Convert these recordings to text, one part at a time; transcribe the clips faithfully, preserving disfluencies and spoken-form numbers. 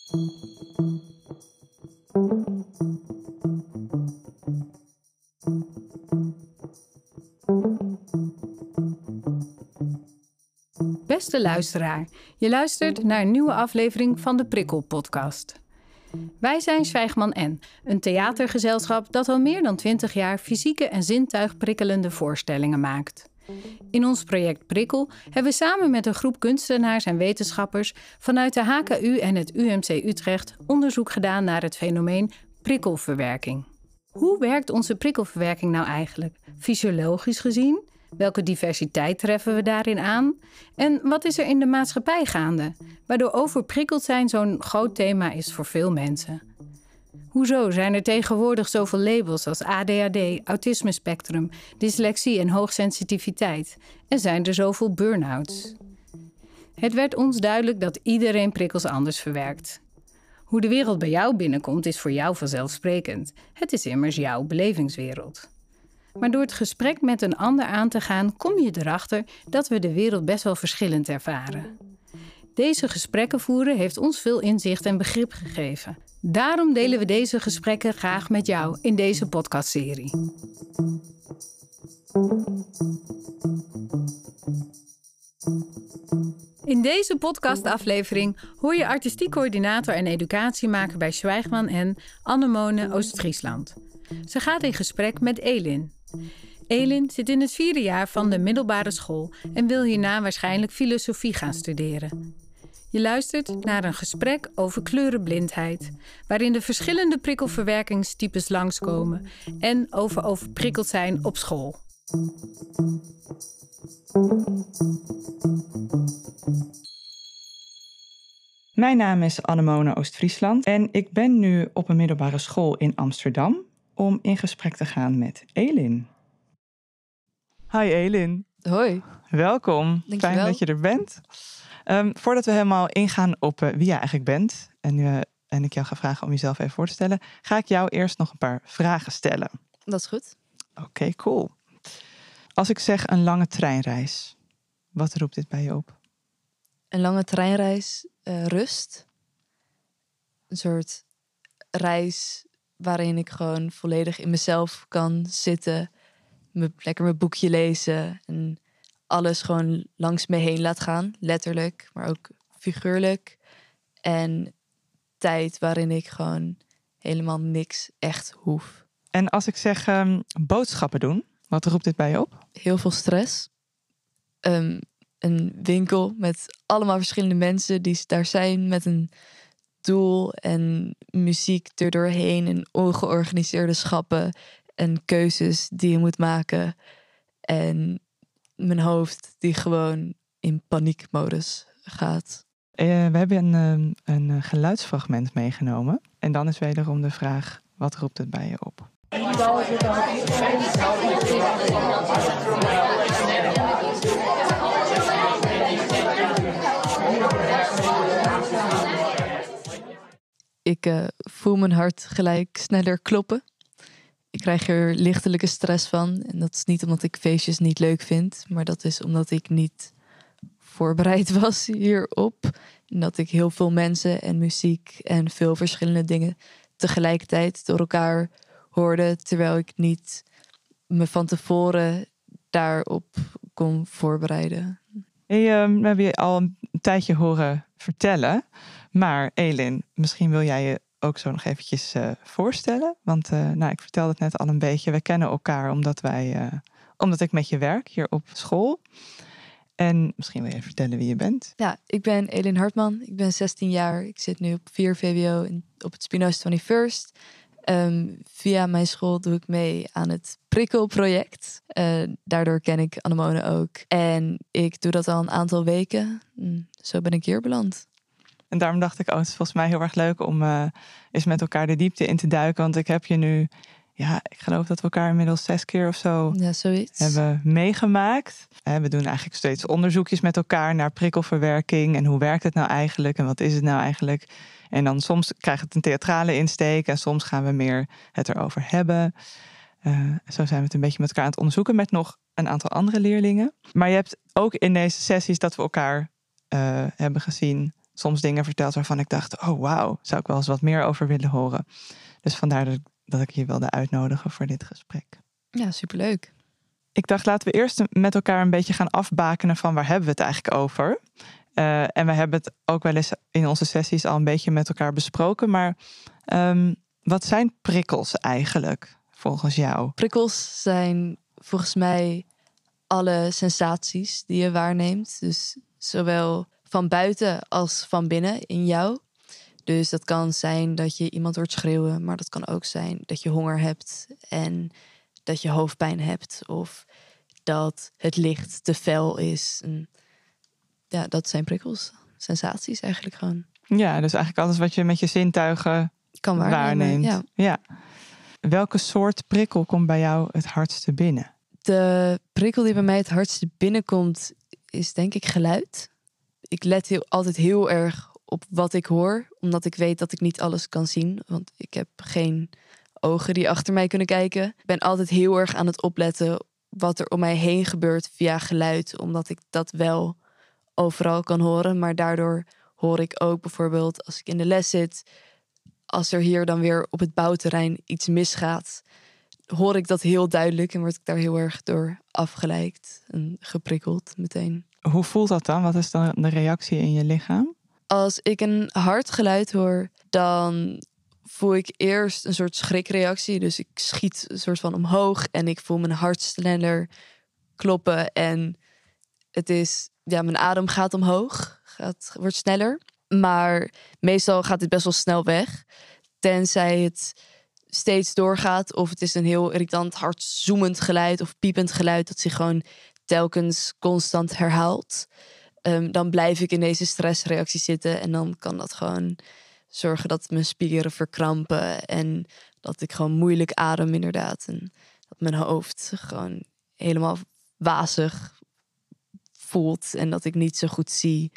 Beste luisteraar, je luistert naar een nieuwe aflevering van de Prikkel-podcast. Wij zijn Zwijgman en, een theatergezelschap dat al meer dan twintig jaar fysieke en zintuigprikkelende voorstellingen maakt. In ons project Prikkel hebben we samen met een groep kunstenaars en wetenschappers vanuit de H K U en het U M C Utrecht onderzoek gedaan naar het fenomeen prikkelverwerking. Hoe werkt onze prikkelverwerking nou eigenlijk? Fysiologisch gezien? Welke diversiteit treffen we daarin aan? En wat is er in de maatschappij gaande, waardoor overprikkeld zijn zo'n groot thema is voor veel mensen? Hoezo zijn er tegenwoordig zoveel labels als A D H D, autisme-spectrum, dyslexie en hoogsensitiviteit? En zijn er zoveel burn-outs? Het werd ons duidelijk dat iedereen prikkels anders verwerkt. Hoe de wereld bij jou binnenkomt is voor jou vanzelfsprekend. Het is immers jouw belevingswereld. Maar door het gesprek met een ander aan te gaan, kom je erachter dat we de wereld best wel verschillend ervaren. Deze gesprekken voeren heeft ons veel inzicht en begrip gegeven. Daarom delen we deze gesprekken graag met jou in deze podcastserie. In deze podcastaflevering hoor je artistiek coördinator en educatiemaker bij Zwijgman en Anemone Oost-Friesland. Ze gaat in gesprek met Elin. Elin zit in het vierde jaar van de middelbare school en wil hierna waarschijnlijk filosofie gaan studeren. Je luistert naar een gesprek over kleurenblindheid, waarin de verschillende prikkelverwerkingstypes langskomen en over overprikkeld zijn op school. Mijn naam is Anemone Oost-Friesland en ik ben nu op een middelbare school in Amsterdam om in gesprek te gaan met Elin. Hi Elin. Hoi. Welkom. Dankjewel. Fijn dat je er bent. Um, voordat we helemaal ingaan op uh, wie jij eigenlijk bent en, uh, en ik jou ga vragen om jezelf even voor te stellen, ga ik jou eerst nog een paar vragen stellen. Dat is goed. Oké, okay, cool. Als ik zeg een lange treinreis, wat roept dit bij je op? Een lange treinreis, uh, rust. Een soort reis waarin ik gewoon volledig in mezelf kan zitten, me, lekker mijn boekje lezen en alles gewoon langs me heen laat gaan, letterlijk, maar ook figuurlijk. En tijd waarin ik gewoon helemaal niks echt hoef. En als ik zeg um, boodschappen doen, wat roept dit bij je op? Heel veel stress. Um, een winkel met allemaal verschillende mensen die daar zijn met een doel en muziek er doorheen en ongeorganiseerde schappen en keuzes die je moet maken. En mijn hoofd die gewoon in paniekmodus gaat. Uh, we hebben een, een geluidsfragment meegenomen. En dan is wederom de vraag, wat roept het bij je op? Ik uh, voel mijn hart gelijk sneller kloppen. Ik krijg er lichtelijke stress van. En dat is niet omdat ik feestjes niet leuk vind, maar dat is omdat ik niet voorbereid was hierop. En dat ik heel veel mensen en muziek en veel verschillende dingen tegelijkertijd door elkaar hoorde, terwijl ik niet me van tevoren daarop kon voorbereiden. Hey, um, we hebben je al een tijdje horen vertellen. Maar Elin, misschien wil jij je ook zo nog eventjes uh, voorstellen. Want uh, nou, ik vertelde het net al een beetje. We kennen elkaar omdat, wij, uh, omdat ik met je werk hier op school. En misschien wil je vertellen wie je bent. Ja, ik ben Elin Hartman. Ik ben zestien jaar. Ik zit nu op vier V W O in, op het Spinoza eenentwintigste. Um, via mijn school doe ik mee aan het Prikkelproject. Uh, daardoor ken ik Anemone ook. En ik doe dat al een aantal weken. Zo ben ik hier beland. En daarom dacht ik, oh, het is volgens mij heel erg leuk om uh, eens met elkaar de diepte in te duiken. Want ik heb je nu, ja, ik geloof dat we elkaar inmiddels zes keer of zo ja, zoiets. hebben meegemaakt. Uh, we doen eigenlijk steeds onderzoekjes met elkaar naar prikkelverwerking. En hoe werkt het nou eigenlijk en wat is het nou eigenlijk? En dan soms krijgt het een theatrale insteek en soms gaan we meer het erover hebben. Uh, zo zijn we het een beetje met elkaar aan het onderzoeken met nog een aantal andere leerlingen. Maar je hebt ook in deze sessies dat we elkaar uh, hebben gezien soms dingen verteld waarvan ik dacht, oh wauw, zou ik wel eens wat meer over willen horen. Dus vandaar dat ik, dat ik je wilde uitnodigen voor dit gesprek. Ja, superleuk. Ik dacht, laten we eerst met elkaar een beetje gaan afbakenen van waar hebben we het eigenlijk over. Uh, en we hebben het ook wel eens in onze sessies al een beetje met elkaar besproken. Maar um, wat zijn prikkels eigenlijk volgens jou? Prikkels zijn volgens mij alle sensaties die je waarneemt. Dus zowel van buiten als van binnen in jou. Dus dat kan zijn dat je iemand hoort schreeuwen. Maar dat kan ook zijn dat je honger hebt en dat je hoofdpijn hebt. Of dat het licht te fel is. En ja, dat zijn prikkels. Sensaties eigenlijk gewoon. Ja, dus eigenlijk alles wat je met je zintuigen kan waarnemen, waarneemt. Ja. Ja. Welke soort prikkel komt bij jou het hardste binnen? De prikkel die bij mij het hardste binnenkomt is denk ik geluid. Ik let heel, altijd heel erg op wat ik hoor. Omdat ik weet dat ik niet alles kan zien. Want ik heb geen ogen die achter mij kunnen kijken. Ik ben altijd heel erg aan het opletten wat er om mij heen gebeurt via geluid. Omdat ik dat wel overal kan horen. Maar daardoor hoor ik ook bijvoorbeeld als ik in de les zit, als er hier dan weer op het bouwterrein iets misgaat, hoor ik dat heel duidelijk en word ik daar heel erg door afgeleid en geprikkeld meteen. Hoe voelt dat dan? Wat is dan de reactie in je lichaam? Als ik een hard geluid hoor, dan voel ik eerst een soort schrikreactie. Dus ik schiet een soort van omhoog en ik voel mijn hart sneller kloppen. En het is, ja, mijn adem gaat omhoog, gaat, wordt sneller. Maar meestal gaat het best wel snel weg. Tenzij het steeds doorgaat of het is een heel irritant, hard zoemend geluid of piepend geluid dat zich gewoon telkens constant herhaalt. Um, dan blijf ik in deze stressreactie zitten en dan kan dat gewoon zorgen dat mijn spieren verkrampen en dat ik gewoon moeilijk adem inderdaad. En dat mijn hoofd gewoon helemaal wazig voelt en dat ik niet zo goed zie.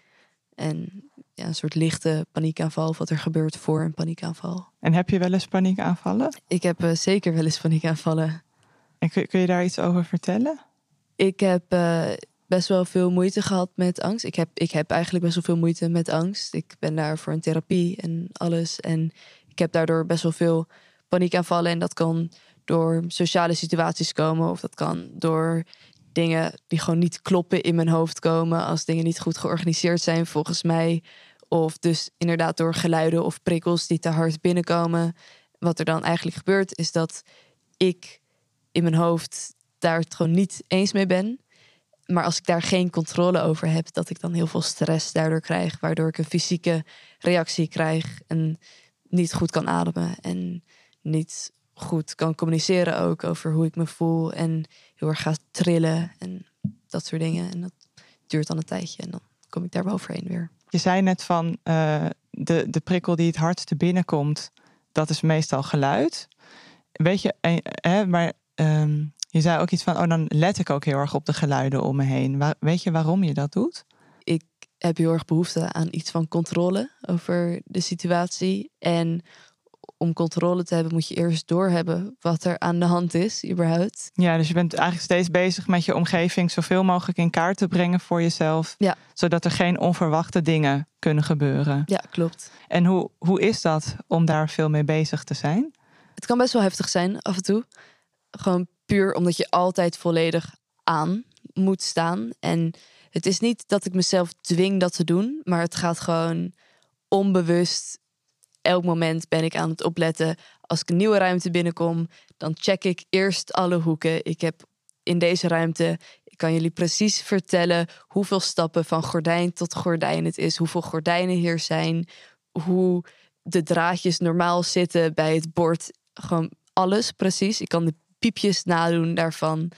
En ja, een soort lichte paniekaanval of wat er gebeurt voor een paniekaanval. En heb je wel eens paniekaanvallen? Ik heb uh, zeker wel eens paniekaanvallen. En kun, kun je daar iets over vertellen? Ik heb uh, best wel veel moeite gehad met angst. Ik heb, ik heb eigenlijk best wel veel moeite met angst. Ik ben daar voor een therapie en alles. En ik heb daardoor best wel veel paniekaanvallen. En dat kan door sociale situaties komen. Of dat kan door dingen die gewoon niet kloppen in mijn hoofd komen. Als dingen niet goed georganiseerd zijn volgens mij. Of dus inderdaad door geluiden of prikkels die te hard binnenkomen. Wat er dan eigenlijk gebeurt is dat ik in mijn hoofd daar het gewoon niet eens mee ben. Maar als ik daar geen controle over heb, dat ik dan heel veel stress daardoor krijg. Waardoor ik een fysieke reactie krijg en niet goed kan ademen. En niet goed kan communiceren ook over hoe ik me voel. En heel erg ga trillen en dat soort dingen. En dat duurt dan een tijdje en dan kom ik daar wel overheen weer. Je zei net van uh, de, de prikkel die het hardste binnenkomt, dat is meestal geluid. Weet je, uh, hè, maar um, je zei ook iets van, oh, dan let ik ook heel erg op de geluiden om me heen. Waar, weet je waarom je dat doet? Ik heb heel erg behoefte aan iets van controle over de situatie. En om controle te hebben moet je eerst doorhebben wat er aan de hand is, überhaupt. Ja, dus je bent eigenlijk steeds bezig met je omgeving zoveel mogelijk in kaart te brengen voor jezelf. Ja. Zodat er geen onverwachte dingen kunnen gebeuren. Ja, klopt. En hoe, hoe is dat om daar veel mee bezig te zijn? Het kan best wel heftig zijn af en toe. Gewoon puur omdat je altijd volledig aan moet staan. En het is niet dat ik mezelf dwing dat te doen, maar het gaat gewoon onbewust. Elk moment ben ik aan het opletten. Als ik een nieuwe ruimte binnenkom, dan check ik eerst alle hoeken. Ik heb in deze ruimte, ik kan jullie precies vertellen hoeveel stappen van gordijn tot gordijn het is. Hoeveel gordijnen hier zijn. Hoe de draadjes normaal zitten bij het bord. Gewoon alles precies. Ik kan de piepjes nadoen daarvan.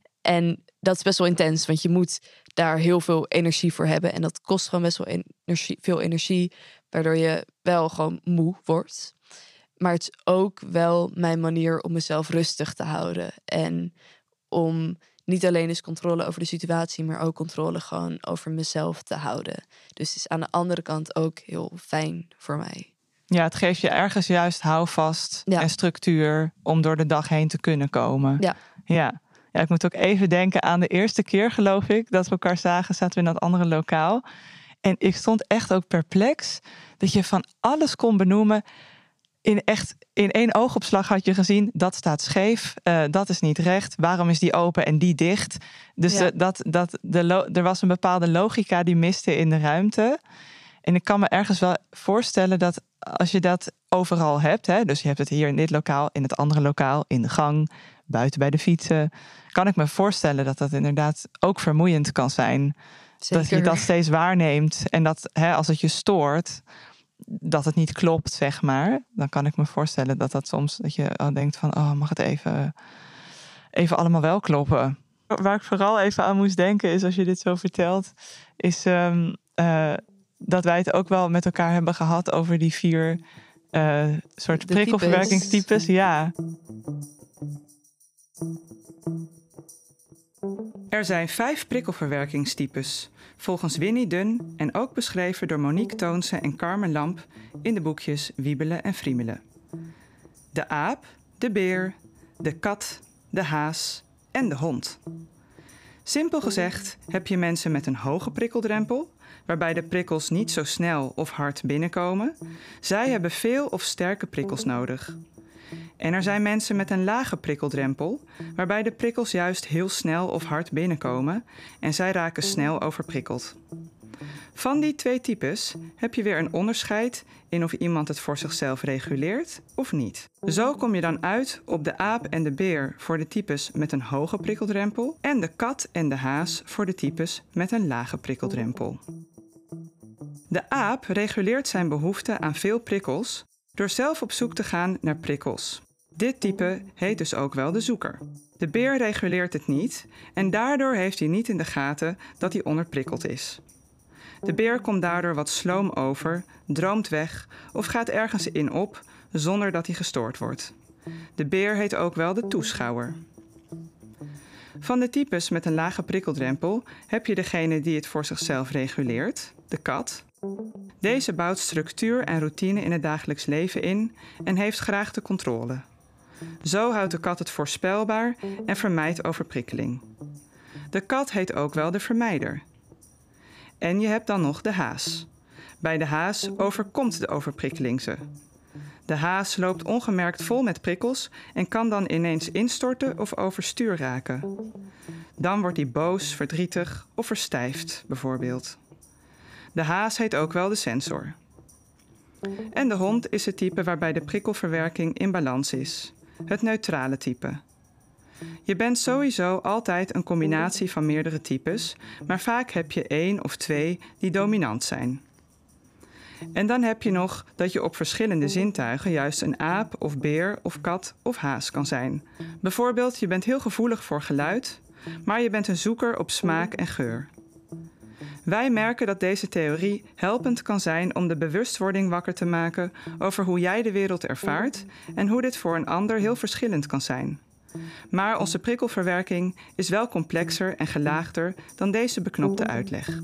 En dat is best wel intens, want je moet daar heel veel energie voor hebben. En dat kost gewoon best wel energie, veel energie, waardoor je wel gewoon moe wordt. Maar het is ook wel mijn manier om mezelf rustig te houden. En om niet alleen eens controle over de situatie, maar ook controle gewoon over mezelf te houden. Dus het is aan de andere kant ook heel fijn voor mij. Ja, het geeft je ergens juist houvast ja. en structuur om door de dag heen te kunnen komen. Ja. Ja. Ja, ik moet ook even denken aan de eerste keer, geloof ik, dat we elkaar zagen, zaten we in dat andere lokaal. En ik stond echt ook perplex dat je van alles kon benoemen. In echt in één oogopslag had je gezien, dat staat scheef, uh, dat is niet recht. Waarom is die open en die dicht? Dus Ja. de, dat, dat, de lo- er was een bepaalde logica die miste in de ruimte. En ik kan me ergens wel voorstellen dat als je dat overal hebt, hè, dus je hebt het hier in dit lokaal, in het andere lokaal, in de gang, buiten bij de fietsen, kan ik me voorstellen dat dat inderdaad ook vermoeiend kan zijn. Zeker. Dat je dat steeds waarneemt en dat hè, als het je stoort, dat het niet klopt, zeg maar. Dan kan ik me voorstellen dat dat soms, dat je al denkt van, oh, mag het even, even allemaal wel kloppen. Waar ik vooral even aan moest denken is, als je dit zo vertelt, is um, uh, dat wij het ook wel met elkaar hebben gehad over die vier uh, soort De prikkelverwerkingstypes. Ja. Er zijn vijf prikkelverwerkingstypes, volgens Winnie Dunn en ook beschreven door Monique Toonse en Carmen Lamp in de boekjes Wiebelen en Friemelen. De aap, de beer, de kat, de haas en de hond. Simpel gezegd heb je mensen met een hoge prikkeldrempel, waarbij de prikkels niet zo snel of hard binnenkomen. Zij hebben veel of sterke prikkels nodig. En er zijn mensen met een lage prikkeldrempel, waarbij de prikkels juist heel snel of hard binnenkomen en zij raken snel overprikkeld. Van die twee types heb je weer een onderscheid in of iemand het voor zichzelf reguleert of niet. Zo kom je dan uit op de aap en de beer voor de types met een hoge prikkeldrempel en de kat en de haas voor de types met een lage prikkeldrempel. De aap reguleert zijn behoefte aan veel prikkels door zelf op zoek te gaan naar prikkels. Dit type heet dus ook wel de zoeker. De beer reguleert het niet en daardoor heeft hij niet in de gaten dat hij onderprikkeld is. De beer komt daardoor wat sloom over, droomt weg of gaat ergens in op zonder dat hij gestoord wordt. De beer heet ook wel de toeschouwer. Van de types met een lage prikkeldrempel heb je degene die het voor zichzelf reguleert, de kat. Deze bouwt structuur en routine in het dagelijks leven in en heeft graag de controle. Zo houdt de kat het voorspelbaar en vermijdt overprikkeling. De kat heet ook wel de vermijder. En je hebt dan nog de haas. Bij de haas overkomt de overprikkeling ze. De haas loopt ongemerkt vol met prikkels en kan dan ineens instorten of overstuur raken. Dan wordt hij boos, verdrietig of verstijfd, bijvoorbeeld. De haas heet ook wel de sensor. En de hond is het type waarbij de prikkelverwerking in balans is. Het neutrale type. Je bent sowieso altijd een combinatie van meerdere types, maar vaak heb je één of twee die dominant zijn. En dan heb je nog dat je op verschillende zintuigen juist een aap of beer of kat of haas kan zijn. Bijvoorbeeld, je bent heel gevoelig voor geluid, maar je bent een zoeker op smaak en geur. Wij merken dat deze theorie helpend kan zijn om de bewustwording wakker te maken over hoe jij de wereld ervaart en hoe dit voor een ander heel verschillend kan zijn. Maar onze prikkelverwerking is wel complexer en gelaagder dan deze beknopte uitleg.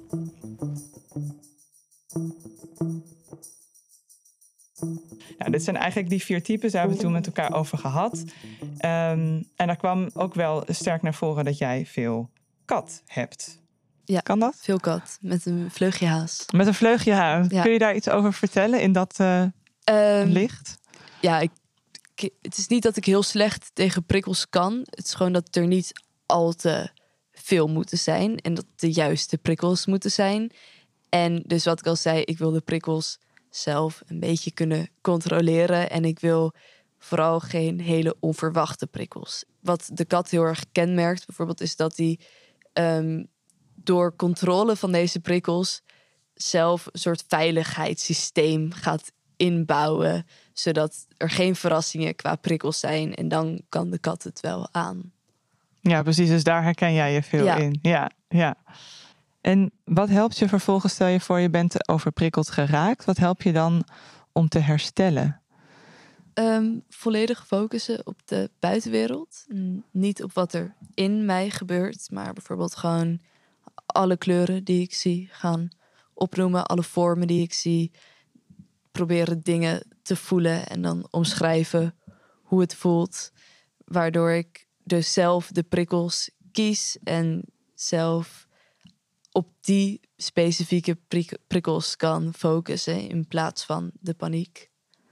Nou, dit zijn eigenlijk die vier types, daar hebben we het toen met elkaar over gehad. Um, en daar kwam ook wel sterk naar voren dat jij veel kat hebt. Ja, kan dat? Veel kat, met een vleugje haas. Met een vleugje haas. Ja. Kun je daar iets over vertellen in dat uh, um, licht? Ja, ik, ik, het is niet dat ik heel slecht tegen prikkels kan. Het is gewoon dat er niet al te veel moeten zijn. En dat de juiste prikkels moeten zijn. En dus wat ik al zei, ik wil de prikkels zelf een beetje kunnen controleren. En ik wil vooral geen hele onverwachte prikkels. Wat de kat heel erg kenmerkt bijvoorbeeld is dat hij um, door controle van deze prikkels zelf een soort veiligheidssysteem gaat inbouwen, zodat er geen verrassingen qua prikkels zijn. En dan kan de kat het wel aan. Ja, precies. Dus daar herken jij je veel ja. in. Ja, ja. En wat helpt je vervolgens, stel je voor je bent overprikkeld geraakt, wat helpt je dan om te herstellen? Um, volledig focussen op de buitenwereld. Niet op wat er in mij gebeurt, maar bijvoorbeeld gewoon alle kleuren die ik zie gaan opnoemen, alle vormen die ik zie. Proberen dingen te voelen en dan omschrijven hoe het voelt. Waardoor ik dus zelf de prikkels kies en zelf op die specifieke prik- prikkels kan focussen in plaats van de paniek.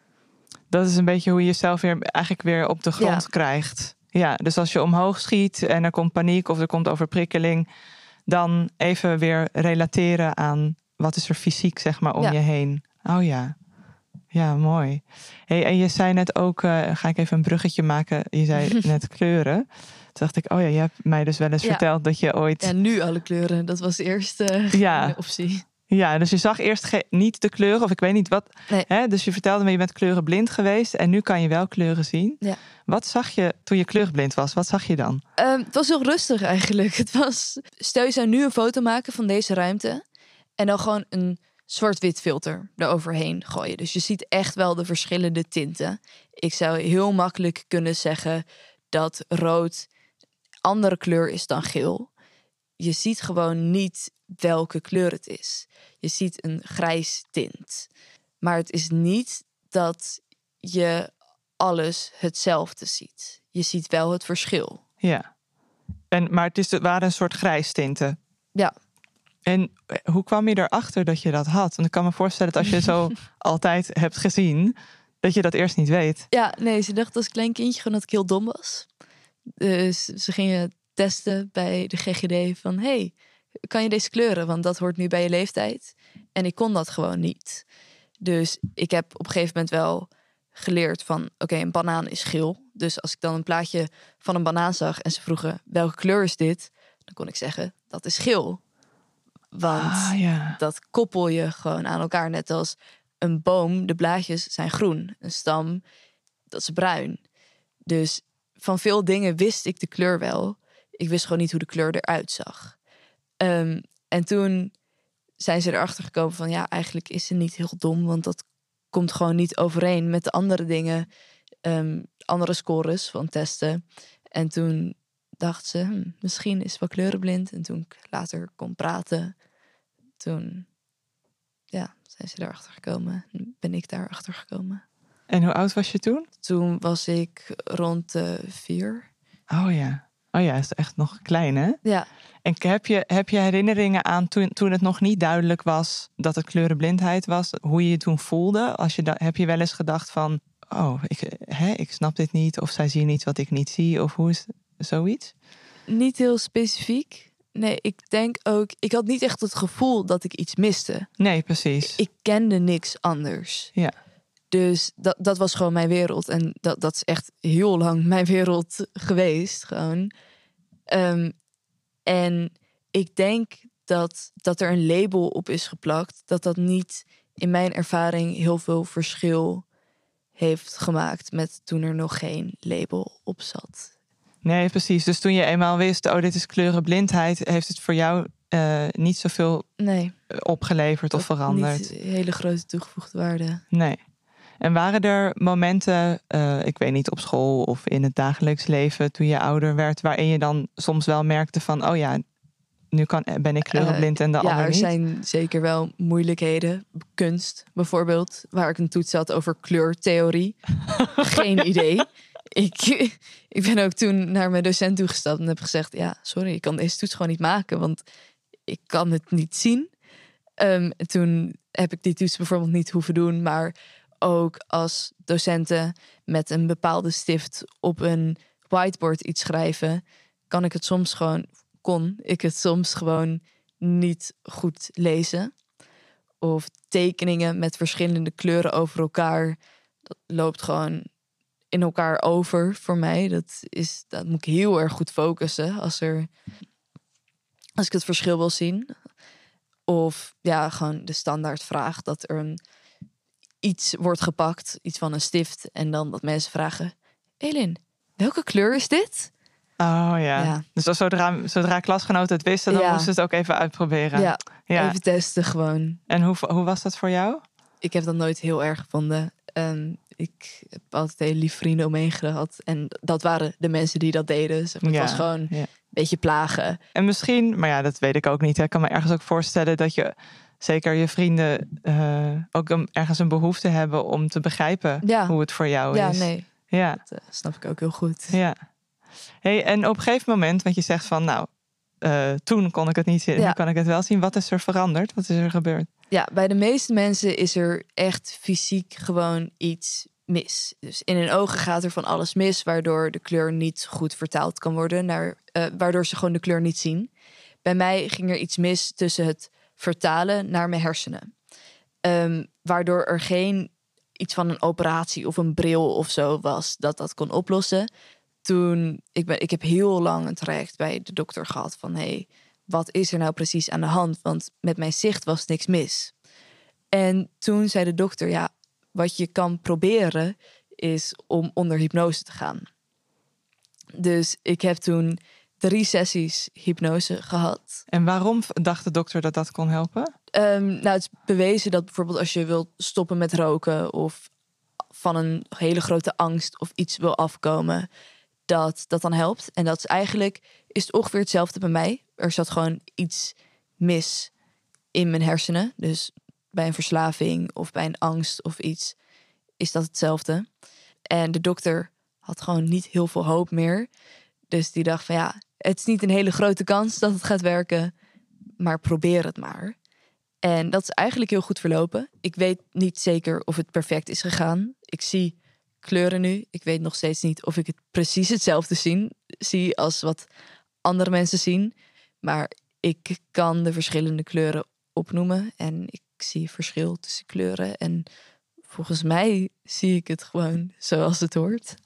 Dat is een beetje hoe je jezelf weer, eigenlijk weer op de grond Ja. krijgt. Ja, dus als je omhoog schiet en er komt paniek of er komt overprikkeling, dan even weer relateren aan wat is er fysiek, zeg maar, om Ja. je heen. Oh ja, ja, mooi. Hey, en je zei net ook, uh, ga ik even een bruggetje maken. Je zei net kleuren. Toen dacht ik, oh ja, je hebt mij dus wel eens Ja. verteld dat je ooit... Ja, nu alle kleuren. Dat was de eerste Ja. uh, optie. Ja, dus je zag eerst ge- niet de kleuren, of ik weet niet wat. Nee. Hè? Dus je vertelde me, je bent kleurenblind geweest en nu kan je wel kleuren zien. Ja. Wat zag je toen je kleurenblind was? Wat zag je dan? Um, het was heel rustig eigenlijk. Het was, stel je zou nu een foto maken van deze ruimte en dan gewoon een zwart-wit filter eroverheen gooien. Dus je ziet echt wel de verschillende tinten. Ik zou heel makkelijk kunnen zeggen dat rood andere kleur is dan geel. Je ziet gewoon niet welke kleur het is. Je ziet een grijs tint. Maar het is niet dat je alles hetzelfde ziet. Je ziet wel het verschil. Ja. En, maar het, is, het waren een soort grijs tinten. Ja. En hoe kwam je erachter dat je dat had? Want ik kan me voorstellen dat als je zo altijd hebt gezien, dat je dat eerst niet weet. Ja, nee, ze dacht als klein kindje gewoon dat ik heel dom was. Dus ze gingen testen bij de G G D van... hey, kan je deze kleuren? Want dat hoort nu bij je leeftijd. En ik kon dat gewoon niet. Dus ik heb op een gegeven moment wel geleerd van... oké, okay, een banaan is geel. Dus als ik dan een plaatje van een banaan zag... en ze vroegen, welke kleur is dit? Dan kon ik zeggen, dat is geel. Want ah, ja. dat koppel je gewoon aan elkaar. Net als een boom, de blaadjes zijn groen. Een stam, dat is bruin. Dus van veel dingen wist ik de kleur wel. Ik wist gewoon niet hoe de kleur eruit zag. Um, en toen zijn ze erachter gekomen van... ja, eigenlijk is ze niet heel dom... want dat komt gewoon niet overeen met de andere dingen... Um, andere scores van testen. En toen dacht ze... Hm, misschien is ze wel kleurenblind. En toen ik later kon praten... toen ja, zijn ze erachter gekomen. En ben ik daar achter gekomen. En hoe oud was je toen? Toen was ik rond de vier. Oh ja. Oh ja, is echt nog klein, hè? Ja. En heb je, heb je herinneringen aan toen, toen het nog niet duidelijk was dat het kleurenblindheid was? Hoe je je toen voelde? Als je da- heb je wel eens gedacht van... oh, ik, hè, ik snap dit niet. Of zij zien iets wat ik niet zie. Of hoe is zoiets? Niet heel specifiek. Nee, ik denk ook... Ik had niet echt het gevoel dat ik iets miste. Nee, precies. Ik kende niks anders. Ja. Dus dat, dat was gewoon mijn wereld. En dat, dat is echt heel lang mijn wereld geweest. Gewoon. Um, en ik denk dat, dat er een label op is geplakt. Dat dat niet in mijn ervaring heel veel verschil heeft gemaakt... met toen er nog geen label op zat. Nee, precies. Dus toen je eenmaal wist... oh, dit is kleurenblindheid... heeft het voor jou uh, niet zoveel nee. opgeleverd of veranderd? Niet hele grote toegevoegde waarde. Nee. En waren er momenten, uh, ik weet niet, op school of in het dagelijks leven... toen je ouder werd, waarin je dan soms wel merkte van... oh ja, nu kan, ben ik kleurenblind en de uh, ander niet? Ja, er zijn zeker wel moeilijkheden. Kunst bijvoorbeeld, waar ik een toets had over kleurtheorie. Geen idee. Ik, ik ben ook toen naar mijn docent toegestapt en heb gezegd... ja, sorry, ik kan deze toets gewoon niet maken, want ik kan het niet zien. Um, en toen heb ik die toets bijvoorbeeld niet hoeven doen, maar... ook als docenten met een bepaalde stift op een whiteboard iets schrijven... kan ik het soms gewoon, kon ik het soms gewoon niet goed lezen. Of tekeningen met verschillende kleuren over elkaar. Dat loopt gewoon in elkaar over voor mij. Dat, is, dat moet ik heel erg goed focussen als, er, als ik het verschil wil zien. Of ja, gewoon de standaardvraag dat er een... iets wordt gepakt, iets van een stift... en dan dat mensen vragen... Elin, welke kleur is dit? Oh ja, ja. Dus als zodra, zodra klasgenoten het wisten... dan ja. moesten ze het ook even uitproberen. Ja, ja. even testen gewoon. En hoe, hoe was dat voor jou? Ik heb dat nooit heel erg gevonden. Um, ik heb altijd hele lief vrienden omheen gehad. En dat waren de mensen die dat deden. Dus het ja. was gewoon ja. een beetje plagen. En misschien, maar ja, dat weet ik ook niet. Ik kan me ergens ook voorstellen dat je... zeker je vrienden uh, ook een, ergens een behoefte hebben om te begrijpen ja. hoe het voor jou ja, is. Nee. Ja, dat uh, snap ik ook heel goed. Ja. Hey, en op een gegeven moment, want je zegt van, nou, uh, toen kon ik het niet zien. Ja. Nu kan ik het wel zien. Wat is er veranderd? Wat is er gebeurd? Ja, bij de meeste mensen is er echt fysiek gewoon iets mis. Dus in hun ogen gaat er van alles mis, waardoor de kleur niet goed vertaald kan worden, naar, uh, waardoor ze gewoon de kleur niet zien. Bij mij ging er iets mis tussen het vertalen naar mijn hersenen. Um, waardoor er geen iets van een operatie of een bril of zo was dat dat kon oplossen. Toen, ik, ben, ik heb heel lang een traject bij de dokter gehad van, hé, hey, wat is er nou precies aan de hand? Want met mijn zicht was niks mis. En toen zei de dokter, ja, wat je kan proberen is om onder hypnose te gaan. Dus ik heb toen drie sessies hypnose gehad. En waarom dacht de dokter dat dat kon helpen? Um, nou, het is bewezen dat bijvoorbeeld als je wilt stoppen met roken of van een hele grote angst of iets wil afkomen, dat dat dan helpt. En dat is eigenlijk, is het ongeveer hetzelfde bij mij. Er zat gewoon iets mis in mijn hersenen. Dus bij een verslaving of bij een angst of iets is dat hetzelfde. En de dokter had gewoon niet heel veel hoop meer. Dus die dacht van ja, het is niet een hele grote kans dat het gaat werken, maar probeer het maar. En dat is eigenlijk heel goed verlopen. Ik weet niet zeker of het perfect is gegaan. Ik zie kleuren nu. Ik weet nog steeds niet of ik het precies hetzelfde zien, zie als wat andere mensen zien. Maar ik kan de verschillende kleuren opnoemen. En ik zie verschil tussen kleuren. En volgens mij zie ik het gewoon zoals het hoort.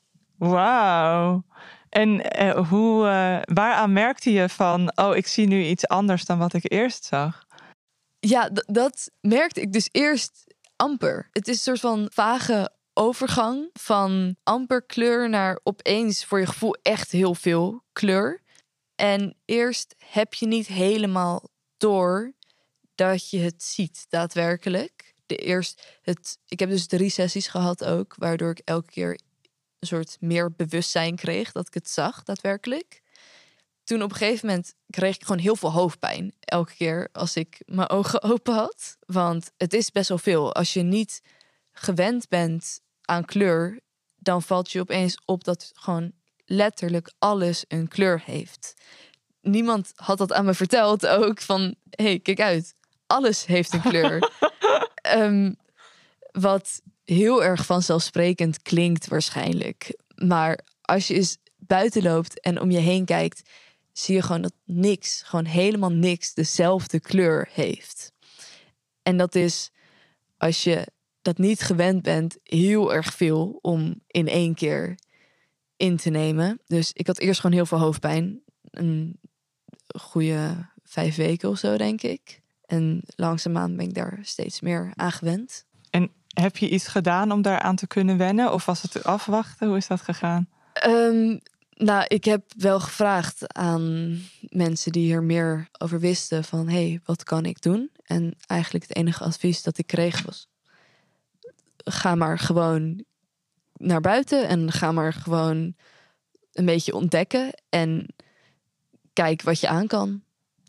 Wauw. En uh, hoe, uh, waaraan merkte je van, oh, ik zie nu iets anders dan wat ik eerst zag? Ja, d- dat merkte ik dus eerst amper. Het is een soort van vage overgang van amper kleur naar opeens voor je gevoel echt heel veel kleur. En eerst heb je niet helemaal door dat je het ziet daadwerkelijk. De eerst, het, ik heb dus drie sessies gehad ook, waardoor ik elke keer een soort meer bewustzijn kreeg dat ik het zag daadwerkelijk. Toen op een gegeven moment kreeg ik gewoon heel veel hoofdpijn. Elke keer als ik mijn ogen open had. Want het is best wel veel. Als je niet gewend bent aan kleur, dan valt je opeens op dat gewoon letterlijk alles een kleur heeft. Niemand had dat aan me verteld ook. Van, hé, hey, kijk uit. Alles heeft een kleur. um, wat heel erg vanzelfsprekend klinkt waarschijnlijk. Maar als je eens buiten loopt en om je heen kijkt, zie je gewoon dat niks, gewoon helemaal niks dezelfde kleur heeft. En dat is, als je dat niet gewend bent, heel erg veel om in één keer in te nemen. Dus ik had eerst gewoon heel veel hoofdpijn. Een goede vijf weken of zo, denk ik. En langzaamaan ben ik daar steeds meer aan gewend. En heb je iets gedaan om daaraan te kunnen wennen? Of was het afwachten? Hoe is dat gegaan? Um, nou, ik heb wel gevraagd aan mensen die hier meer over wisten van, hé, hey, wat kan ik doen? En eigenlijk het enige advies dat ik kreeg was, ga maar gewoon naar buiten en ga maar gewoon een beetje ontdekken en kijk wat je aan kan.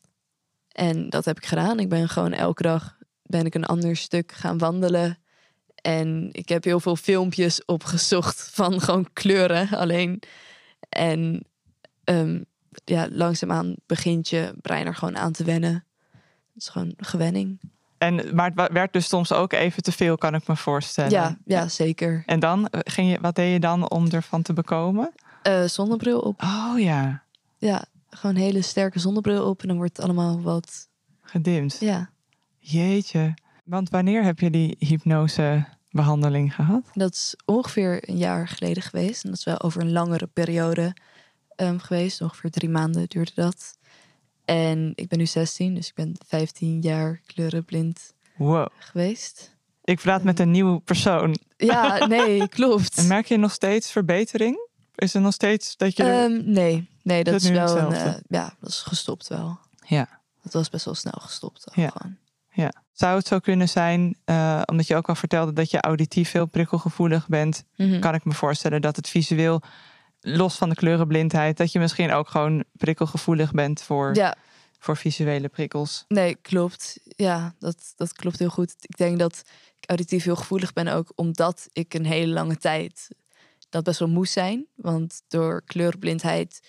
En dat heb ik gedaan. Ik ben gewoon elke dag ben ik een ander stuk gaan wandelen. En ik heb heel veel filmpjes opgezocht van gewoon kleuren alleen. En um, ja, langzaamaan begint je brein er gewoon aan te wennen. Het is gewoon gewenning. En, maar het werd dus soms ook even te veel, kan ik me voorstellen. Ja, ja, zeker. En dan, ging je, wat deed je dan om ervan te bekomen? Uh, zonnebril op. Oh ja. Ja, gewoon een hele sterke zonnebril op en dan wordt het allemaal wat gedimd. Ja. Jeetje. Want wanneer heb je die hypnosebehandeling gehad? Dat is ongeveer een jaar geleden geweest. En dat is wel over een langere periode um, geweest. Ongeveer drie maanden duurde dat. En ik ben nu zestien, dus ik ben vijftien jaar kleurenblind wow. geweest. Ik praat um, met een nieuwe persoon. Ja, nee, klopt. En merk je nog steeds verbetering? Is er nog steeds dat je... Er... Um, nee, nee, dat, dat is wel een, uh, ja, dat is gestopt wel. Ja. Dat was best wel snel gestopt. Ja. Gewoon. Ja. Zou het zo kunnen zijn, uh, omdat je ook al vertelde dat je auditief heel prikkelgevoelig bent, mm-hmm. kan ik me voorstellen dat het visueel, los van de kleurenblindheid, dat je misschien ook gewoon prikkelgevoelig bent voor, ja. voor visuele prikkels. Nee, klopt. Ja, dat, dat klopt heel goed. Ik denk dat ik auditief heel gevoelig ben ook omdat ik een hele lange tijd dat best wel moest zijn. Want door kleurenblindheid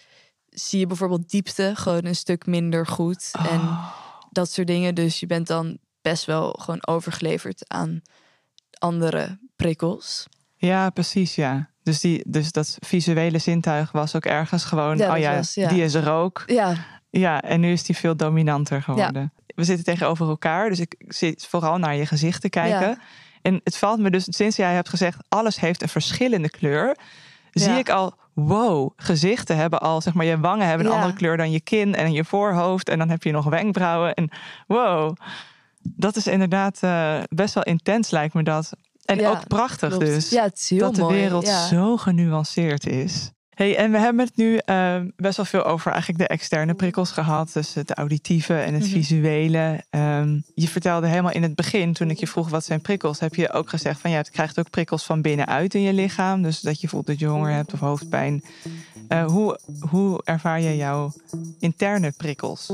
zie je bijvoorbeeld diepte gewoon een stuk minder goed. Oh. En dat soort dingen. Dus je bent dan best wel gewoon overgeleverd aan andere prikkels. Ja, precies, ja. Dus, die, dus dat visuele zintuig was ook ergens gewoon... Ja, oh dat ja, was, ja. die is er ook. Ja, Ja, en nu is die veel dominanter geworden. We zitten tegenover elkaar, dus ik zit vooral naar je gezicht te kijken. Ja. En het valt me dus, sinds jij hebt gezegd... alles heeft een verschillende kleur... zie Ja. ik al, wow, gezichten hebben al... zeg maar, je wangen hebben een Ja. andere kleur dan je kin... en je voorhoofd en dan heb je nog wenkbrauwen. En wow, dat is inderdaad uh, best wel intens, lijkt me dat. En Ja, ook prachtig klopt. dus. Ja, het is heel dat de mooi, wereld ja. zo genuanceerd is. Hey, en we hebben het nu uh, best wel veel over eigenlijk de externe prikkels gehad. Dus het auditieve en het Mhm. visuele. Um, je vertelde helemaal in het begin, toen ik je vroeg wat zijn prikkels, heb je ook gezegd van ja, je krijgt ook prikkels van binnenuit in je lichaam. Dus dat je voelt dat je honger hebt of hoofdpijn. Uh, hoe, hoe ervaar je jouw interne prikkels?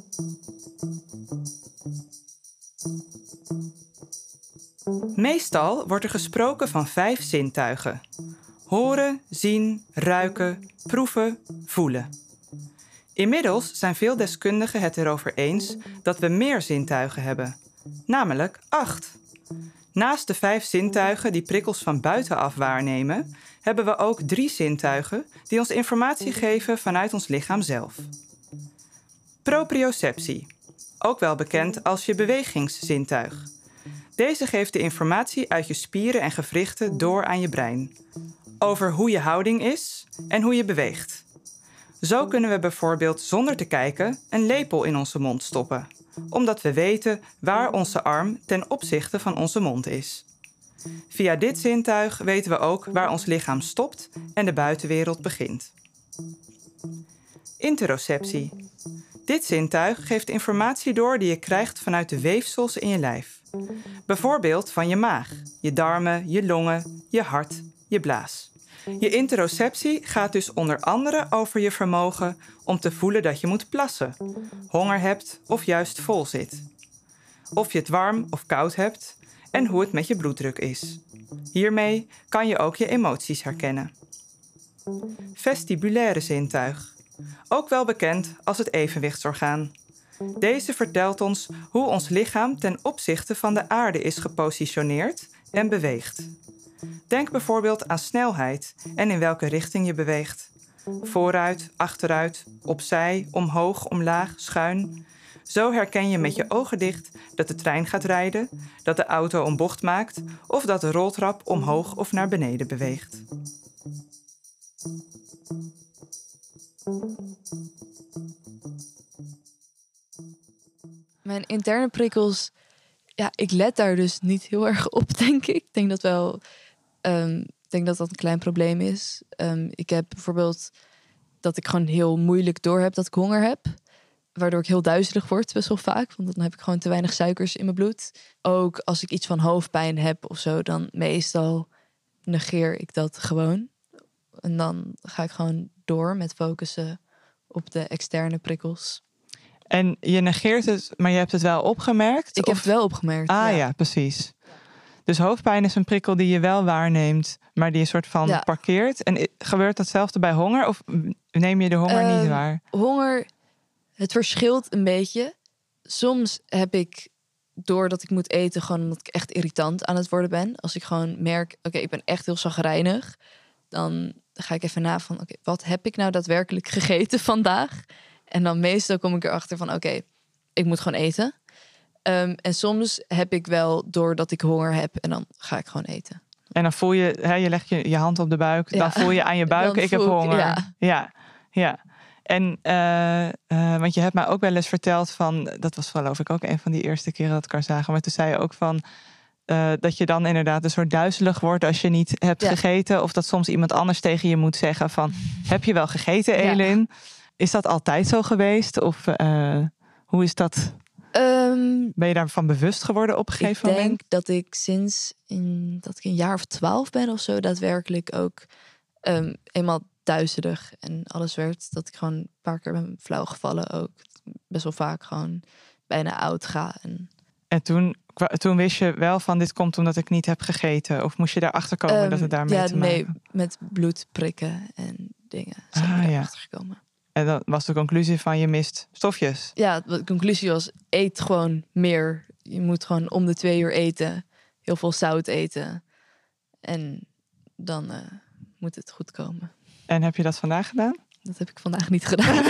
Meestal wordt er gesproken van vijf zintuigen. Horen, zien, ruiken, proeven, voelen. Inmiddels zijn veel deskundigen het erover eens dat we meer zintuigen hebben. Namelijk acht. Naast de vijf zintuigen die prikkels van buitenaf waarnemen, hebben we ook drie zintuigen die ons informatie geven vanuit ons lichaam zelf. Proprioceptie, ook wel bekend als je bewegingszintuig. Deze geeft de informatie uit je spieren en gewrichten door aan je brein. Over hoe je houding is en hoe je beweegt. Zo kunnen we bijvoorbeeld zonder te kijken een lepel in onze mond stoppen. Omdat we weten waar onze arm ten opzichte van onze mond is. Via dit zintuig weten we ook waar ons lichaam stopt en de buitenwereld begint. Interoceptie. Dit zintuig geeft informatie door die je krijgt vanuit de weefsels in je lijf. Bijvoorbeeld van je maag, je darmen, je longen, je hart, je blaas. Je interoceptie gaat dus onder andere over je vermogen om te voelen dat je moet plassen, honger hebt of juist vol zit. Of je het warm of koud hebt en hoe het met je bloeddruk is. Hiermee kan je ook je emoties herkennen. Vestibulaire zintuig, ook wel bekend als het evenwichtsorgaan. Deze vertelt ons hoe ons lichaam ten opzichte van de aarde is gepositioneerd en beweegt. Denk bijvoorbeeld aan snelheid en in welke richting je beweegt. Vooruit, achteruit, opzij, omhoog, omlaag, schuin. Zo herken je met je ogen dicht dat de trein gaat rijden, dat de auto een bocht maakt of dat de roltrap omhoog of naar beneden beweegt. Mijn interne prikkels, ja, ik let daar dus niet heel erg op, denk ik. Ik denk dat wel, um, ik denk dat dat een klein probleem is. Um, ik heb bijvoorbeeld dat ik gewoon heel moeilijk doorheb dat ik honger heb. Waardoor ik heel duizelig word, best wel vaak. Want dan heb ik gewoon te weinig suikers in mijn bloed. Ook als ik iets van hoofdpijn heb of zo, dan meestal negeer ik dat gewoon. En dan ga ik gewoon door met focussen op de externe prikkels. En je negeert het, maar je hebt het wel opgemerkt? Ik of? heb het wel opgemerkt. Ah ja, ja precies. Dus hoofdpijn is een prikkel die je wel waarneemt, maar die je soort van ja. parkeert. En gebeurt datzelfde bij honger? Of neem je de honger uh, niet waar? Honger, het verschilt een beetje. Soms heb ik, doordat ik moet eten, gewoon omdat ik echt irritant aan het worden ben. Als ik gewoon merk, oké, okay, ik ben echt heel chagrijnig. Dan ga ik even na van, oké, okay, wat heb ik nou daadwerkelijk gegeten vandaag? En dan meestal kom ik erachter van, oké, okay, ik moet gewoon eten. Um, en soms heb ik wel doordat ik honger heb en dan ga ik gewoon eten. En dan voel je, hè, je legt je, je hand op de buik, ja. Dan voel je aan je buik, ik heb honger. Ja, ja. ja. En, uh, uh, want je hebt mij ook wel eens verteld van, dat was geloof ik ook een van die eerste keren dat we elkaar zagen, maar toen zei je ook van, uh, dat je dan inderdaad een soort duizelig wordt als je niet hebt ja. gegeten. Of dat soms iemand anders tegen je moet zeggen van, heb je wel gegeten, Elin? Ja. Is dat altijd zo geweest? Of uh, hoe is dat? Um, ben je daarvan bewust geworden op een gegeven moment? Ik denk dat ik sinds in, dat ik een jaar of twaalf ben of zo daadwerkelijk ook um, eenmaal duizelig en alles werd. Dat ik gewoon een paar keer ben flauw gevallen ook. Best wel vaak gewoon bijna oud ga. En, en toen, toen wist je wel van dit komt omdat ik niet heb gegeten? Of moest je daarachter komen um, dat het daarmee ja, te maken? Nee, met bloed prikken en dingen zijn ah, we ja. daarachter gekomen. En dan was de conclusie van je mist stofjes. Ja, de conclusie was, eet gewoon meer. Je moet gewoon om de twee uur eten. Heel veel zout eten. En dan uh, moet het goed komen. En heb je dat vandaag gedaan? Dat heb ik vandaag niet gedaan.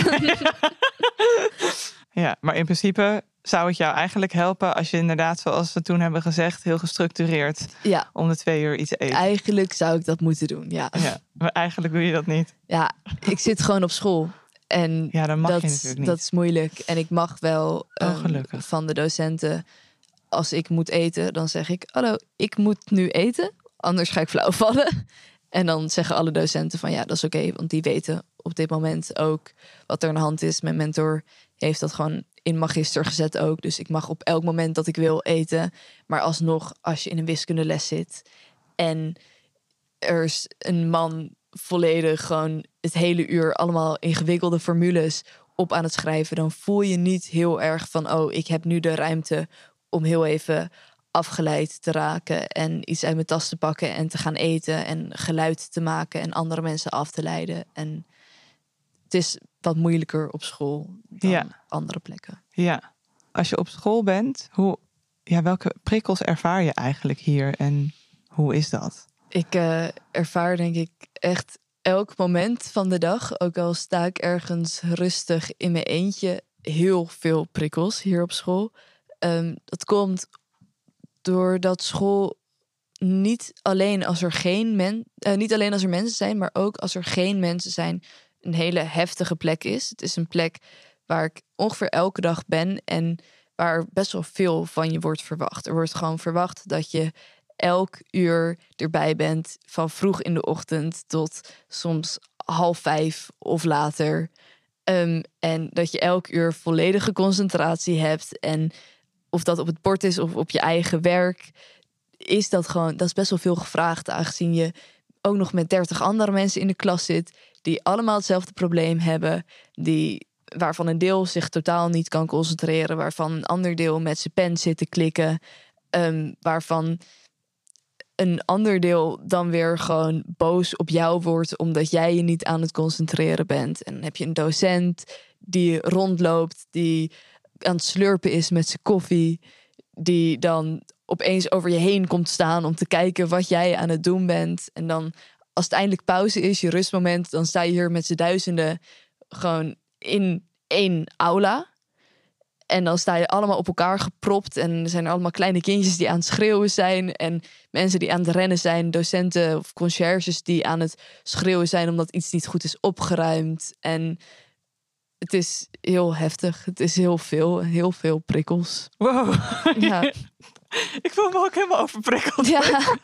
Ja, maar in principe zou het jou eigenlijk helpen als je inderdaad, zoals we toen hebben gezegd, heel gestructureerd ja. om de twee uur iets te eten. Eigenlijk zou ik dat moeten doen, ja. Ja, maar eigenlijk doe je dat niet. Ja, ik zit gewoon op school. En ja, dan mag dat, je natuurlijk niet. Dat is moeilijk. En ik mag wel oh, um, van de docenten, als ik moet eten, dan zeg ik, hallo, ik moet nu eten, anders ga ik flauw vallen. En dan zeggen alle docenten van ja, dat is oké, okay, want die weten op dit moment ook wat er aan de hand is. Mijn mentor heeft dat gewoon in magister gezet ook. Dus ik mag op elk moment dat ik wil eten. Maar alsnog, als je in een wiskundeles zit en er is een man volledig gewoon het hele uur allemaal ingewikkelde formules op aan het schrijven, dan voel je niet heel erg van oh, ik heb nu de ruimte om heel even afgeleid te raken en iets uit mijn tas te pakken en te gaan eten en geluid te maken en andere mensen af te leiden. En het is wat moeilijker op school dan ja. andere plekken. Ja, als je op school bent, hoe, ja, welke prikkels ervaar je eigenlijk hier en hoe is dat? Ik uh, ervaar denk ik echt elk moment van de dag, ook al sta ik ergens rustig in mijn eentje, heel veel prikkels hier op school. Um, dat komt doordat school niet alleen als er geen men, uh, niet alleen als er mensen zijn, maar ook als er geen mensen zijn, een hele heftige plek is. Het is een plek waar ik ongeveer elke dag ben en waar best wel veel van je wordt verwacht. Er wordt gewoon verwacht dat je elk uur erbij bent, van vroeg in de ochtend tot soms half vijf of later. Um, en dat je elk uur volledige concentratie hebt. En of dat op het bord is of op je eigen werk, is dat gewoon, dat is best wel veel gevraagd, aangezien je ook nog met dertig andere mensen in de klas zit, die allemaal hetzelfde probleem hebben, die, waarvan een deel zich totaal niet kan concentreren, waarvan een ander deel met zijn pen zit te klikken, um, waarvan een ander deel dan weer gewoon boos op jou wordt omdat jij je niet aan het concentreren bent. En dan heb je een docent die rondloopt, die aan het slurpen is met zijn koffie, die dan opeens over je heen komt staan om te kijken wat jij aan het doen bent. En dan, als het eindelijk pauze is, je rustmoment, dan sta je hier met z'n duizenden gewoon in één aula. En dan sta je allemaal op elkaar gepropt. En er zijn allemaal kleine kindjes die aan het schreeuwen zijn. En mensen die aan het rennen zijn. Docenten of conciërges die aan het schreeuwen zijn omdat iets niet goed is opgeruimd. En het is heel heftig. Het is heel veel. Heel veel prikkels. Wow. Ja. Ik voel me ook helemaal overprikkeld. Ja.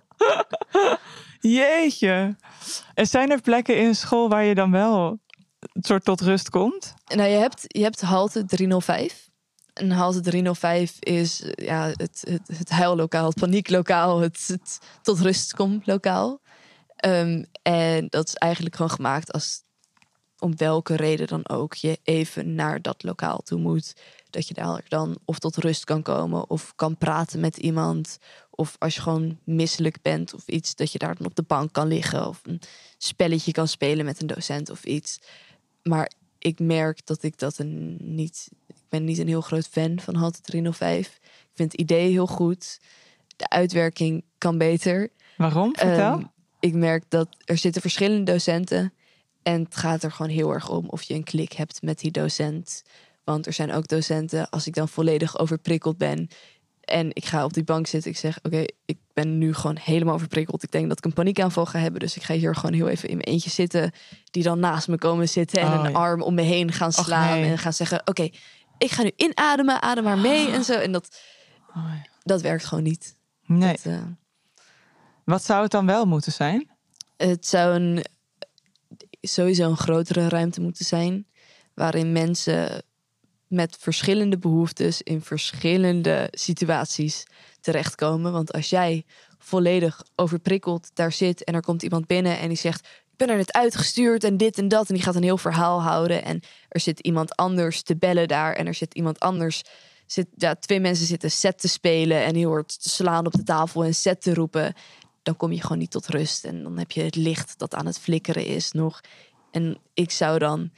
Jeetje. En zijn er plekken in school waar je dan wel een soort tot rust komt? Nou, je hebt, je hebt halte driehonderdvijf. En halte driehonderdvijf is ja, het, het, het huillokaal, het panieklokaal, het, het tot rust komt lokaal. Um, en dat is eigenlijk gewoon gemaakt als om welke reden dan ook je even naar dat lokaal toe moet. Dat je daar dan of tot rust kan komen of kan praten met iemand. Of als je gewoon misselijk bent of iets, dat je daar dan op de bank kan liggen. Of een spelletje kan spelen met een docent of iets. Maar ik merk dat ik dat een niet... Ik ben niet een heel groot fan van halte driehonderdvijf. Ik vind het idee heel goed. De uitwerking kan beter. Waarom? Vertel. Um, ik merk dat er zitten verschillende docenten. En het gaat er gewoon heel erg om of je een klik hebt met die docent. Want er zijn ook docenten, als ik dan volledig overprikkeld ben en ik ga op die bank zitten, ik zeg, oké, okay, ik ben nu gewoon helemaal overprikkeld. Ik denk dat ik een paniekaanval ga hebben, dus ik ga hier gewoon heel even in mijn eentje zitten. Die dan naast me komen zitten en oh, een ja. arm om me heen gaan slaan. Och, nee. En gaan zeggen, oké, okay, ik ga nu inademen, adem maar mee en zo. En dat, oh, ja. dat werkt gewoon niet. Nee. Dat, uh, Wat zou het dan wel moeten zijn? Het zou een, sowieso een grotere ruimte moeten zijn, waarin mensen met verschillende behoeftes in verschillende situaties terechtkomen. Want als jij volledig overprikkeld daar zit en er komt iemand binnen en die zegt, ik ben er net uitgestuurd en dit en dat, en die gaat een heel verhaal houden en er zit iemand anders te bellen daar en er zit iemand anders, zit, ja, twee mensen zitten set te spelen en die hoort te slaan op de tafel en set te roepen, dan kom je gewoon niet tot rust en dan heb je het licht dat aan het flikkeren is nog. En ik zou dan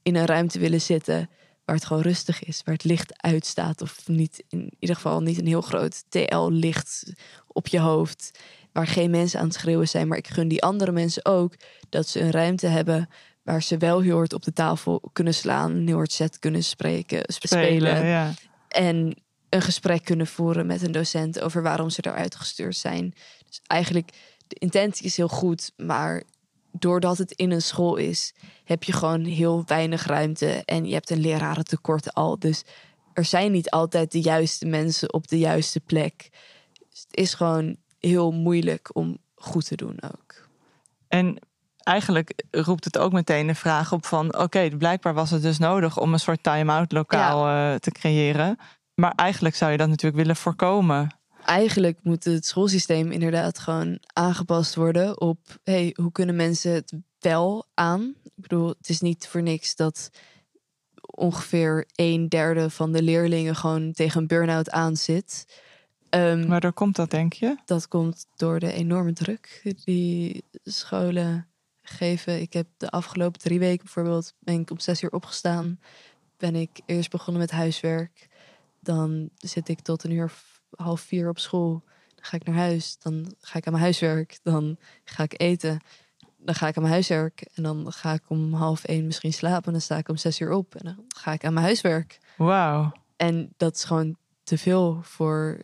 in een ruimte willen zitten waar het gewoon rustig is, waar het licht uitstaat of niet, in ieder geval niet een heel groot T L-licht op je hoofd, waar geen mensen aan het schreeuwen zijn. Maar ik gun die andere mensen ook dat ze een ruimte hebben waar ze wel heel hard op de tafel kunnen slaan, heel hard set kunnen spreken, sp- spelen, Spelen, ja. en een gesprek kunnen voeren met een docent over waarom ze eruit gestuurd zijn. Dus eigenlijk, de intentie is heel goed, maar doordat het in een school is, heb je gewoon heel weinig ruimte en je hebt een lerarentekort al. Dus er zijn niet altijd de juiste mensen op de juiste plek. Dus het is gewoon heel moeilijk om goed te doen ook. En eigenlijk roept het ook meteen de vraag op van... oké, okay, blijkbaar was het dus nodig om een soort time-out lokaal ja. uh, te creëren. Maar eigenlijk zou je dat natuurlijk willen voorkomen. Eigenlijk moet het schoolsysteem inderdaad gewoon aangepast worden op... hey, hoe kunnen mensen het wel aan? Ik bedoel, het is niet voor niks dat ongeveer een derde van de leerlingen gewoon tegen een burn-out aan zit. Um, Waardoor komt dat, denk je? Dat komt door de enorme druk die scholen geven. Ik heb de afgelopen drie weken bijvoorbeeld, ben ik om zes uur opgestaan. Ben ik eerst begonnen met huiswerk. Dan zit ik tot een uur half vier op school. Dan ga ik naar huis. Dan ga ik aan mijn huiswerk. Dan ga ik eten. Dan ga ik aan mijn huiswerk. En dan ga ik om half één misschien slapen. En dan sta ik om zes uur op. En dan ga ik aan mijn huiswerk. Wauw. En dat is gewoon te veel voor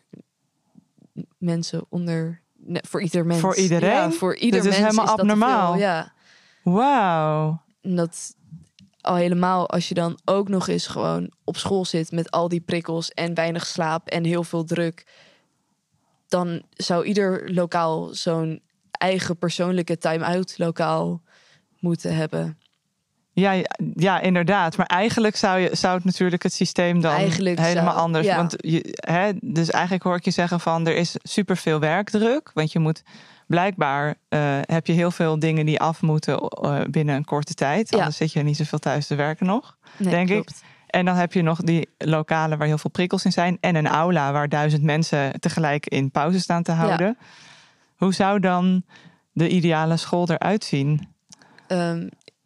mensen onder... Nee, voor ieder mens. Voor iedereen? Ja, voor ieder Dit is mens helemaal is abnormaal. Dat te veel, ja. Wauw. En dat al helemaal als je dan ook nog eens gewoon op school zit met al die prikkels en weinig slaap en heel veel druk, dan zou ieder lokaal zo'n eigen persoonlijke time-out lokaal moeten hebben. Ja, ja, inderdaad. Maar eigenlijk zou, je, zou het natuurlijk het systeem dan eigenlijk helemaal zou, anders. Ja. Want je, hè, dus eigenlijk hoor ik je zeggen van er is superveel werkdruk. Want je moet blijkbaar uh, heb je heel veel dingen die af moeten uh, binnen een korte tijd. Ja. Anders zit je niet zoveel thuis te werken nog, nee, denk klopt. ik. En dan heb je nog die lokalen waar heel veel prikkels in zijn. En een aula waar duizend mensen tegelijk in pauze staan te houden. Ja. Hoe zou dan de ideale school eruit zien? Um,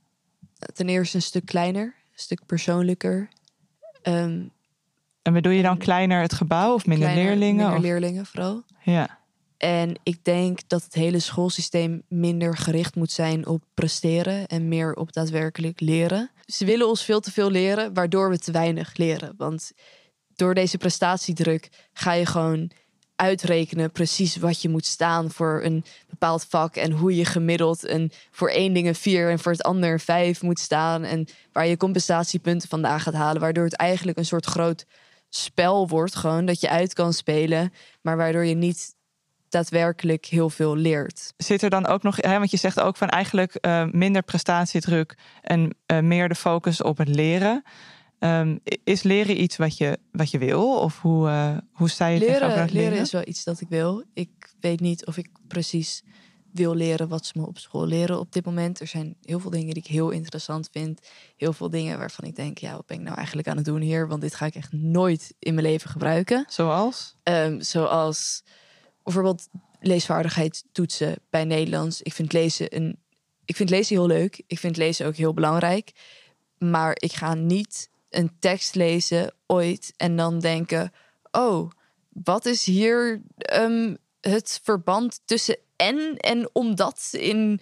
ten eerste een stuk kleiner, een stuk persoonlijker. Um, en bedoel je dan kleiner het gebouw of minder kleiner, leerlingen? Minder of? leerlingen vooral. Ja. En ik denk dat het hele schoolsysteem minder gericht moet zijn op presteren en meer op daadwerkelijk leren. Ze willen ons veel te veel leren, waardoor we te weinig leren. Want door deze prestatiedruk ga je gewoon uitrekenen precies wat je moet staan voor een bepaald vak en hoe je gemiddeld een, voor één ding een vier en voor het ander een vijf moet staan en waar je compensatiepunten vandaan gaat halen, waardoor het eigenlijk een soort groot spel wordt gewoon dat je uit kan spelen, maar waardoor je niet daadwerkelijk heel veel leert. Zit er dan ook nog, hè, want je zegt ook van eigenlijk uh, minder prestatiedruk en uh, meer de focus op het leren. Um, is leren iets wat je, wat je wil? Of hoe, uh, hoe sta je leren, tegenover het leren? Leren is wel iets dat ik wil. Ik weet niet of ik precies wil leren wat ze me op school leren op dit moment. Er zijn heel veel dingen die ik heel interessant vind. Heel veel dingen waarvan ik denk, ja, wat ben ik nou eigenlijk aan het doen hier? Want dit ga ik echt nooit in mijn leven gebruiken. Zoals? Um, zoals bijvoorbeeld leesvaardigheid toetsen bij Nederlands. Ik vind lezen een, ik vind lezen heel leuk. Ik vind lezen ook heel belangrijk. Maar ik ga niet een tekst lezen ooit en dan denken, oh, wat is hier um, het verband tussen en en omdat in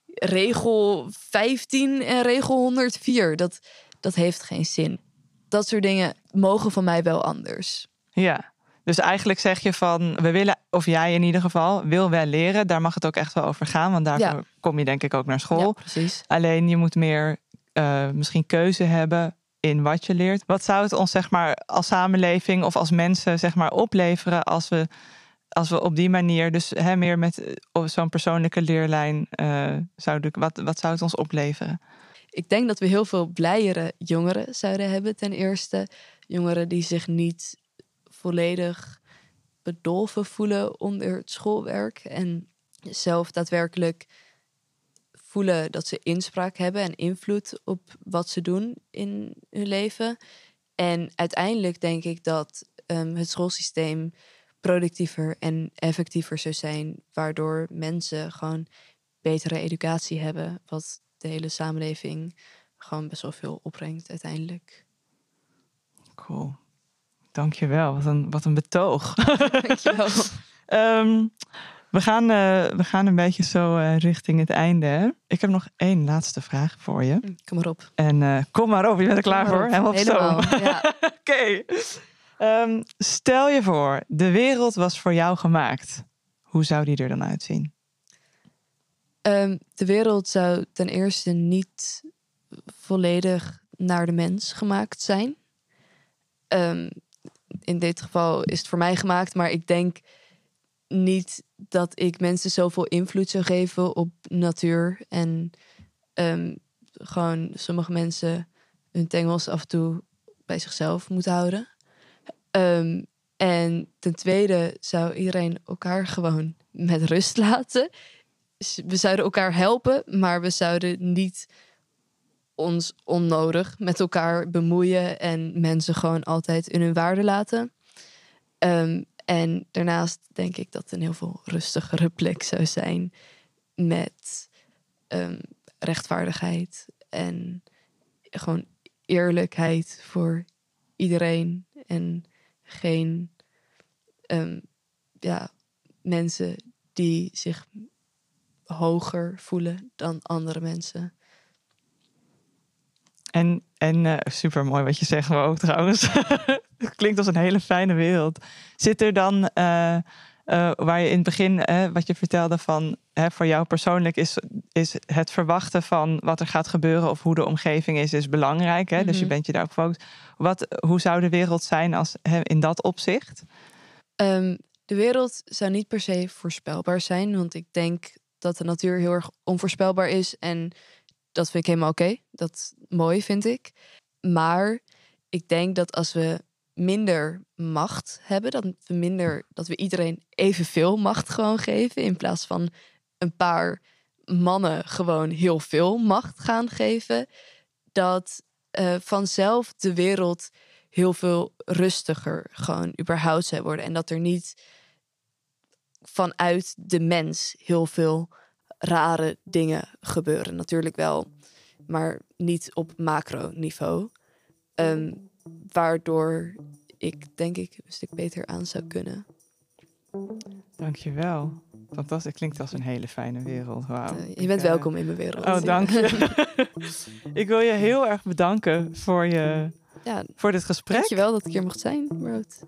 regel vijftien en regel honderdvier? Dat, dat heeft geen zin. Dat soort dingen mogen van mij wel anders. Ja, dus eigenlijk zeg je van, we willen, of jij in ieder geval, wil wel leren. Daar mag het ook echt wel over gaan, want daarvoor ja. kom je denk ik ook naar school. Ja, precies. Alleen je moet meer uh, misschien keuze hebben in wat je leert. Wat zou het ons zeg maar als samenleving of als mensen zeg maar opleveren als we, als we op die manier dus hè, meer met uh, zo'n persoonlijke leerlijn uh, zouden, wat, wat zou het ons opleveren? Ik denk dat we heel veel blijere jongeren zouden hebben ten eerste. Jongeren die zich niet volledig bedolven voelen onder het schoolwerk en zelf daadwerkelijk voelen dat ze inspraak hebben en invloed op wat ze doen in hun leven. En uiteindelijk denk ik dat um, het schoolsysteem productiever en effectiever zou zijn, waardoor mensen gewoon betere educatie hebben, wat de hele samenleving gewoon best wel veel opbrengt uiteindelijk. Cool. Dankjewel. Wat een, wat een betoog. Dankjewel. um, we, gaan, uh, we gaan een beetje zo uh, richting het einde. Hè? Ik heb nog één laatste vraag voor je. Kom maar op. En uh, kom maar op, je bent er klaar voor. Helemaal op Helemaal, stoom. ja. Oké. Okay. Um, stel je voor, de wereld was voor jou gemaakt. Hoe zou die er dan uitzien? Um, de wereld zou ten eerste niet volledig naar de mens gemaakt zijn. Um, in dit geval is het voor mij gemaakt, maar ik denk niet dat ik mensen zoveel invloed zou geven op natuur. En um, gewoon sommige mensen hun tengels af en toe bij zichzelf moeten houden. Um, en ten tweede zou iedereen elkaar gewoon met rust laten. We zouden elkaar helpen, maar we zouden niet ons onnodig met elkaar bemoeien en mensen gewoon altijd in hun waarde laten. Um, en daarnaast denk ik dat het een heel veel rustigere plek zou zijn met um, rechtvaardigheid en gewoon eerlijkheid voor iedereen en geen um, ja, mensen die zich hoger voelen dan andere mensen. En, en uh, super mooi wat je zegt ook trouwens. Het klinkt als een hele fijne wereld. Zit er dan, uh, uh, waar je in het begin, uh, wat je vertelde van, uh, voor jou persoonlijk is, is het verwachten van wat er gaat gebeuren of hoe de omgeving is, is belangrijk. Hè? Mm-hmm. Dus je bent je daarop gefocust. Wat, hoe zou de wereld zijn als, uh, in dat opzicht? Um, de wereld zou niet per se voorspelbaar zijn, want ik denk dat de natuur heel erg onvoorspelbaar is en dat vind ik helemaal oké. Okay. Dat mooi, vind ik. Maar ik denk dat als we minder macht hebben, dat we minder, dat we iedereen evenveel macht gewoon geven, in plaats van een paar mannen gewoon heel veel macht gaan geven, dat uh, vanzelf de wereld heel veel rustiger gewoon überhaupt zou worden. En dat er niet vanuit de mens heel veel rare dingen gebeuren. Natuurlijk wel, maar niet op macroniveau. Um, waardoor ik denk ik een stuk beter aan zou kunnen. Dankjewel. Fantastisch. Klinkt als een hele fijne wereld. Wow. Uh, je bent ik, welkom uh... in mijn wereld. Oh, dank je. Ik wil je heel erg bedanken voor, je, ja, voor dit gesprek. Dankjewel dat ik hier mocht zijn, Rood.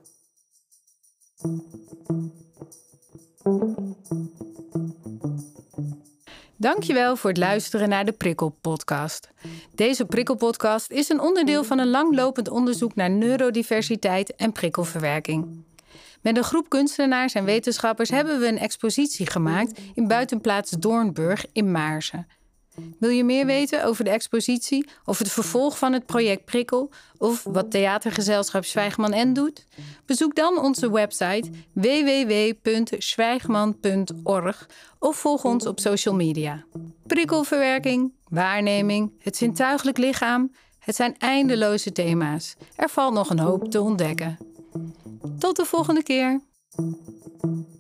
Dankjewel voor het luisteren naar de Prikkel-podcast. Deze Prikkel-podcast is een onderdeel van een langlopend onderzoek naar neurodiversiteit en prikkelverwerking. Met een groep kunstenaars en wetenschappers hebben we een expositie gemaakt in buitenplaats Doornburg in Maarsen. Wil je meer weten over de expositie of het vervolg van het project Prikkel of wat theatergezelschap Zwijgman en doet? Bezoek dan onze website w w w punt zwijgman punt org of volg ons op social media. Prikkelverwerking, waarneming, het zintuigelijk lichaam, het zijn eindeloze thema's. Er valt nog een hoop te ontdekken. Tot de volgende keer!